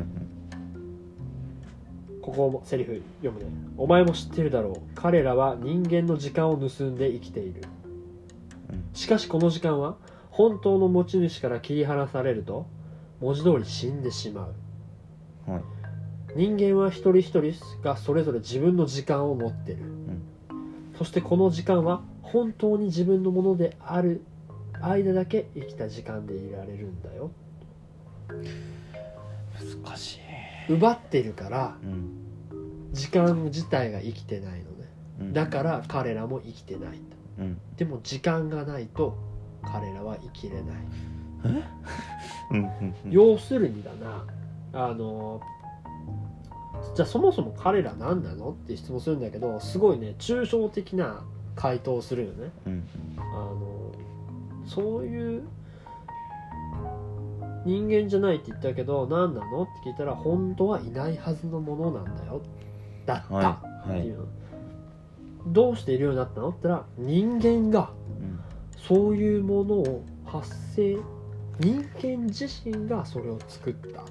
うん、ここもセリフ読むね。お前も知ってるだろう、彼らは人間の時間を盗んで生きている、うん、しかしこの時間は本当の持ち主から切り離されると文字通り死んでしまう、はい、人間は一人一人がそれぞれ自分の時間を持ってる、うん、そしてこの時間は本当に自分のものである間だけ生きた時間でいられるんだよ。 難しい。奪ってるから、うん、時間自体が生きてないのね、うん、だから彼らも生きてないと、うん、でも時間がないと彼らは生きれない要するにだなじゃあそもそも彼ら何なのって質問するんだけどすごいね抽象的な回答をするよね、うん、そういう人間じゃないって言ったけど何なのって聞いたら本当はいないはずのものなんだよだったっていうの、はいはい、どうしているようになったのって言ったら人間がそういうものを発生人間自身がそれを作ったんだよ、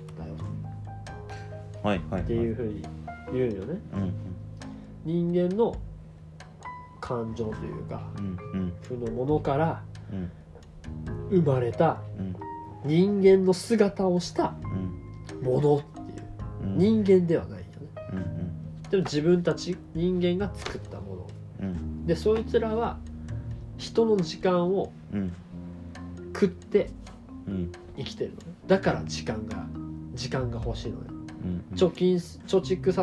はいはいはい、っていうふうに言うよね、うんうん、人間の考感情というか、 うん負のものからうん生まれたうん人間の姿をしたうんものっていう、 うん人間ではないよね。 うんでも自分たち人間が作ったものうんで、そいつらは人の時間をうん食ってうん生きてるのね。だから時間が欲しいのね。 うん貯蓄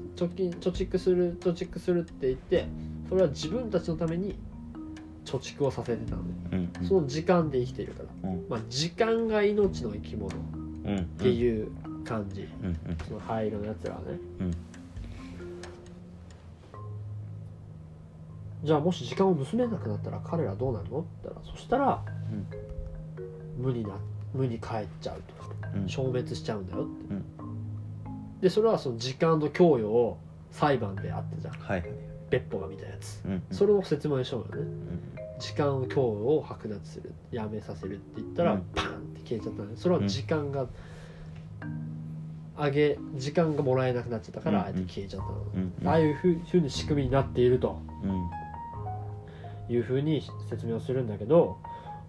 するって言って、それは自分たちのために貯蓄をさせてたのね。 うんその時間で生きてるから、 うん時間が命の生き物っうんていう感じ、 うんその灰色のやつらはね。 うんじゃあもし時間を盗めなくなったら彼らどうなるのって言ったら、そしたら無に帰っちゃうと、 うん消滅しちゃうんだよって、 うんでそれはその時間の供与を裁判であったじゃん、 はい別府が見たやつ、 うんそれを説明しようよね。 うん時間の供与を剥奪する、やめさせるって言ったら、 うんパンって消えちゃったのね。それは時間が時間がもらえなくなっちゃったからあえて消えちゃったの、 うんああいうふうに仕組みになっているとうんいうふうに説明をするんだけど、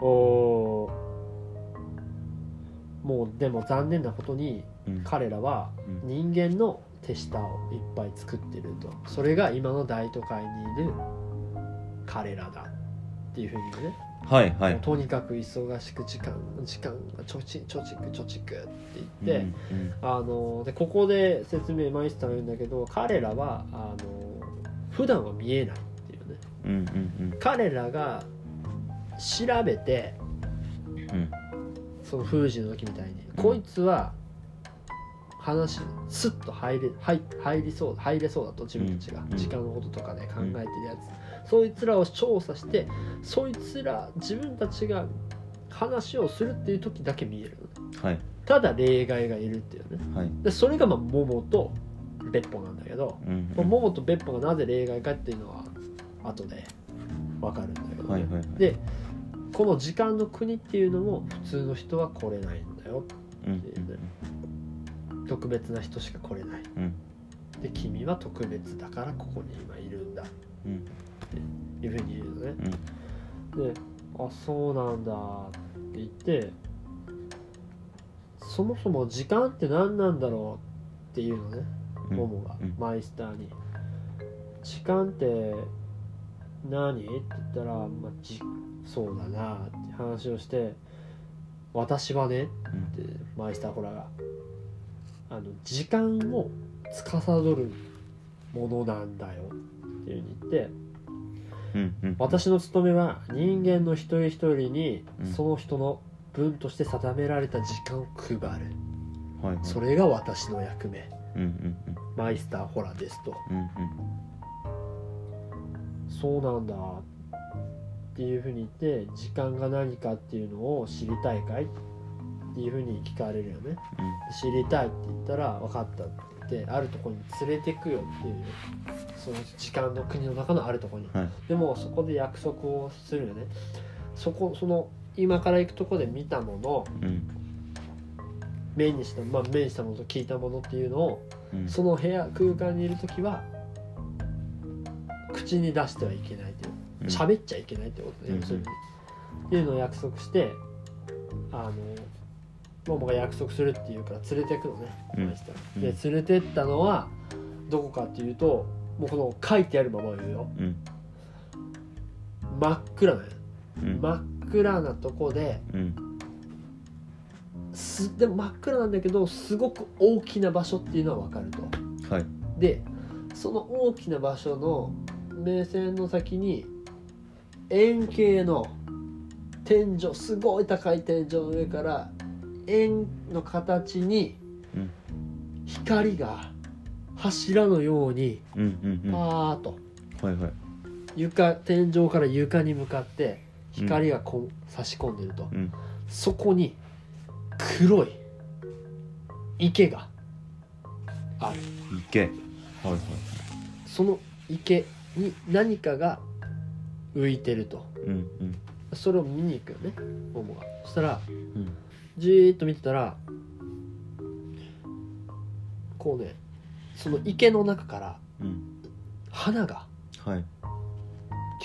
もうでも残念なことにうん彼らは人間の手下をいっぱい作ってると、それが今の大都会にいる彼らだっていうふうにね、 はいはいもうとにかく忙しく時間が貯蓄って言って、でここで説明マイスターが言うんだけど、彼らは普段は見えないっていうね、 うんうん彼らが調べてうんその封じの時みたいに、こいつは話スッと入れそうだと、自分たちが時間のこととかで考えてるやつ、そいつらを調査して、そいつら自分たちが話をするっていう時だけ見えるの、 はいただ例外がいるっていうね。 はいでそれが桃と別府なんだけど、 うん桃と別府がなぜ例外かっていうのは後で分かるんだけど、 はいはいでこの時間の国っていうのも普通の人は来れないんだよ、 うん特別な人しか来れない、 うんで君は特別だからここに今いるんだうんっていうふうに言うのね、 うんであそうなんだって言って、そもそも時間って何なんだろうっていうのね、モモがマイスターに、時間って何って言ったら、そうだなって話をして、私はねってマイスターホラが時間を司るものなんだよっていう風に言って、私の務めは人間の一人一人にその人の分として定められた時間を配る、それが私の役目、マイスターホラですと、そうなんだっていうふうに言って、時間が何かっていうのを知りたいかいっていうふうに聞かれるよね、知りたいって言ったら分かったって言って、あるところに連れてくよっていう、その時間の国の中のあるところに、でもそこで約束をするよね。その今から行くところで見たもの、目にしたものと聞いたものっていうのを、その空間にいるときは口に出してはいけないという、喋っちゃいけないってことね、要するにっていうのを約束して、モモが約束するっていうから連れてくのね、で連れてったのはどこかっていうと、もうこの書いてあるまま言うよ、真っ暗な、真っ暗なとこで、でも真っ暗なんだけどすごく大きな場所っていうのは分かると、でその大きな場所の目線の先に円形の天井、すごい高い天井の上から円の形に光が柱のようにパーッと天井から床に向かって光が差し込んでると、そこに黒い池がある。その池に何かが浮いてると、それを見に行くよね、モモが。そしたら、じーっと見てたら、こうね、その池の中から花が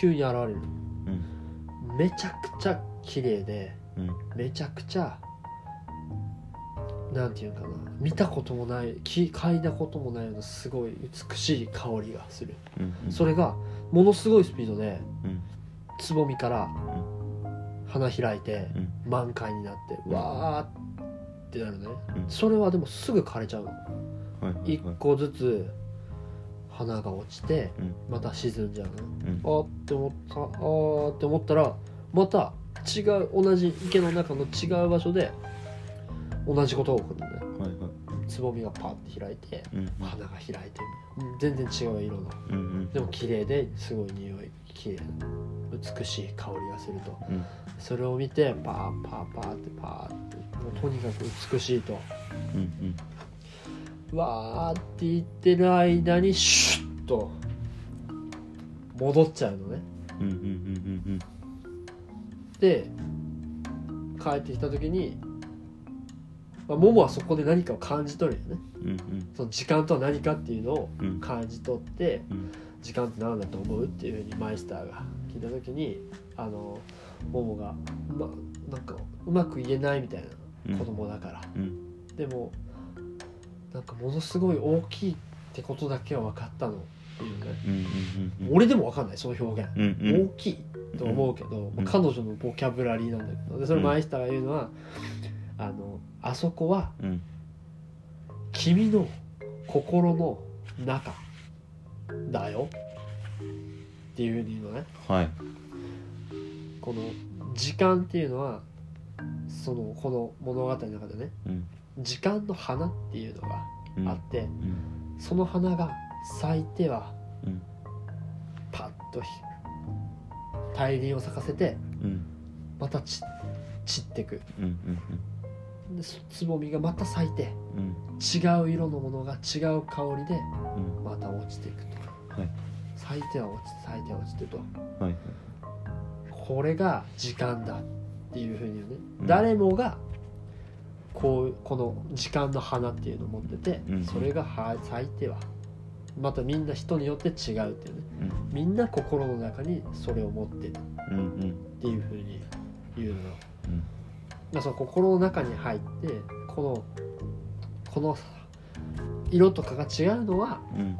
急に現れる、 うんめちゃくちゃ綺麗で、 うんめちゃくちゃなんていうかな、見たこともない嗅いだこともないようなすごい美しい香りがする、 うんそれがものすごいスピードでうんつぼみから花開いてうん満開になってわーってなるね、 うんそれはでもすぐ枯れちゃうの、 はいはいはい一個ずつ花が落ちてうんまた沈んじゃううんの、って思ったらまた違う同じ池の中の違う場所で同じことが起こるのね、 はいはいつぼみがパッて開いてうん花が開いて全然違う色のうんうんでも綺麗ですごい匂い綺麗美しい香りがすると、 うんそれを見てパーってもうとにかく美しいとうんわーって言ってる間にシュッと戻っちゃうのね。 うんうんうんで帰ってきた時に、モモはそこで何かを感じ取るよね。 うんうんその時間とは何かっていうのをうん感じ取って、 うん時間って何だと思うっていうふうにマイスターが聞いた時にモモが、なんかうまく言えないみたいな、子供だから、 うんでもなんかものすごい大きいってことだけは分かったのっていうね、 うんうんうん俺でも分かんないその表現、 うんうん大きいと思うけど、 うん彼女のボキャブラリーなんだけど、でそれマイスターが言うのは、あそこはうん君の心の中だよっていうふうに言うのね。 はいこの時間っていうのはこの物語の中でね、 うん時間の花っていうのがうんあって、 うんその花が咲いてはうんパッと大輪を咲かせてうんまた散ってく、 うんうんでつぼみがまた咲いてうん違う色のものが違う香りでうんまた落ちていくと、 はい咲いては落ちて咲いては落ちてと、 はいこれが時間だっていうふうに言うね、 うん誰もがこの時間の花っていうのを持ってて、 うんそれが咲いてはまたみんな人によって違うっていうね、 うんみんな心の中にそれを持ってるっうんうんていうふうに言うのよ、 うんその心の中に入ってこの色とかが違うのはうん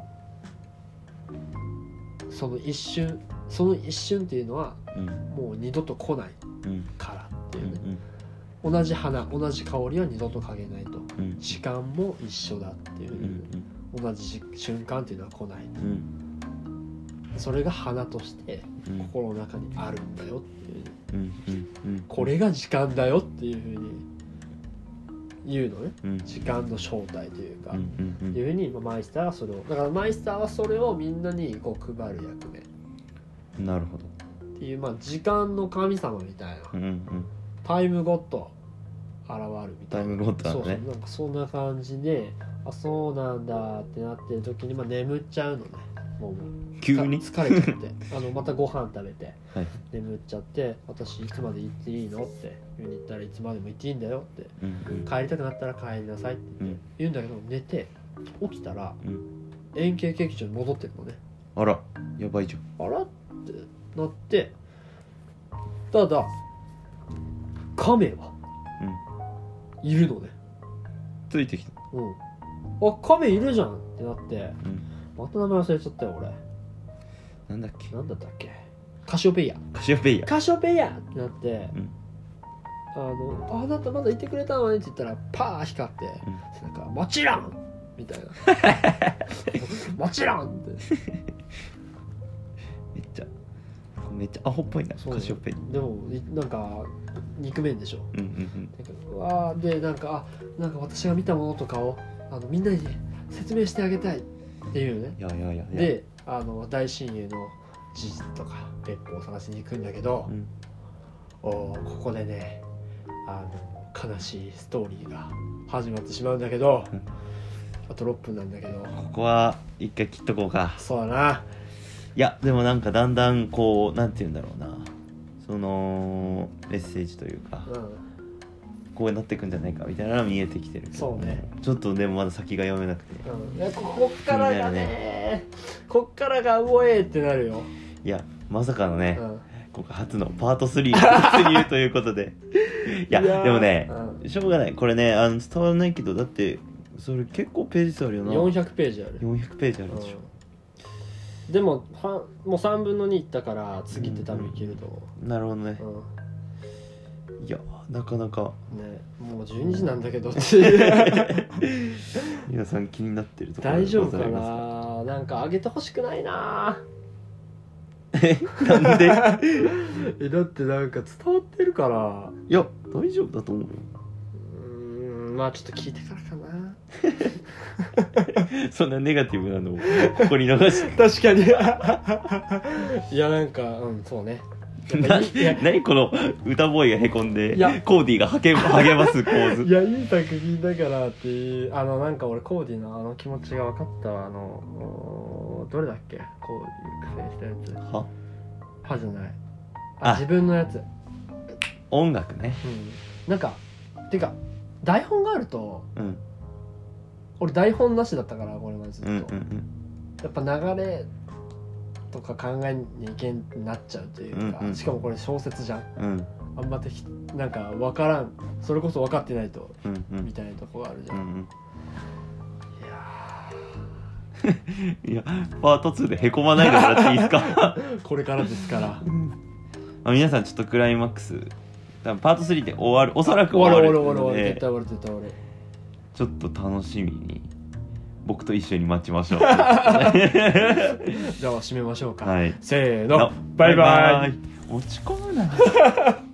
その一瞬っていうのはうんもう二度と来ないうんからっていうね、 うん同じ花同じ香りは二度と嗅げないと、 うん時間も一緒だっていううふうに、同じ瞬間っていうのは来ない、 うんそれが花としてうん心の中にあるんだよっていう、 うんうんこれが時間だよっていうふうに言うのね、 うん時間の正体というか、 うんうんいうふうにマイスターがそれをだからマイスターはそれをみんなにこう配る役目っうんなるほどていう、時間の神様みたいな、 うんうんタイムゴッド現るみたいな、 タイムゴッドそうだねなんかそんな感じでそうなんだってなってる時に眠っちゃうのね、もう急に疲れちゃってまたご飯食べてはい眠っちゃって、私いつまで行っていいのって言うに言ったらいつまでも行っていいんだよって、 うん帰りたくなったら帰りなさいって言うんだけど、寝て起きたらうん円形劇場に戻ってるのね。 あらやばいじゃんあらってなって、ただ亀はいるのね。 ついてきた亀いるじゃんってなって、 うんまた名前忘れちゃったよ俺。 なんだっけなんだったっけ、カシオペイヤカシオペイヤカシオペイヤってなって、 うんあなたまだいてくれたのねって言ったらパー光って、なんかもちろんみたいなもちろんってめっちゃアホっぽいなそうカシオペイでもなんか肉面でしょ。 うんうんだけどでなんか私が見たものとかをみんなに説明してあげたいっていうね。 いやいやいやで大親友のジジとかペップを探しに行くんだけど、 うんここでね悲しいストーリーが始まってしまうんだけど、 うんあと6分なんだけど、 ここは一回切っとこうか。 そうだな。 いやでもなんかだんだんこうなんて言うんだろうな、そのメッセージというか、こうなっていくんじゃないかみたいなのが見えてきてるけど、 そうね。 ちょっとでもまだ先が読めなくて、 こっからがね、こっからがうおえってなるよ。 いやまさかのね、 うん、 今回初のパート3に突入ということでいやでもね、しょうがないこれね伝わらないけど、だってそれ結構ページ数あるよな。 400ページある。 400ページあるでしょ、 でももう3分の2いったから次って多分いけると思う。 なるほどね、いやなかなかね、もう12時なんだけどって皆さん気になってるところ大丈夫かな。なんか上げてほしくないななんでだってなんか伝わってるから。 いや大丈夫だと思うよ。 まあちょっと聞いてからかなそんなネガティブなのをここに流して確かにいやなんかそうね何この歌声がへこんでコーディが励ます構図。 いやいい作品だからっていうなんか俺コーディの気持ちが分かったわ。どれだっけ、コーディ苦戦したやつ。はじゃない自分のやつ。 音楽ね、 なんかてか台本があると、俺台本なしだったからこれまでずっと、やっぱ流れとか考えにいけんなっちゃうというか、しかもこれ小説じゃん、あんまなんか分からん、それこそ分かってないと、みたいなとこがあるじゃん、 いやパート2でへこまないでもらっていいですかこれからですから皆さんちょっとクライマックスパート3で終わる、おそらく終わるので、 絶対終わる絶対終わる。 ちょっと楽しみに僕と一緒に待ちましょうじゃあ締めましょうか、せーの、 バイバイ。落ち込むな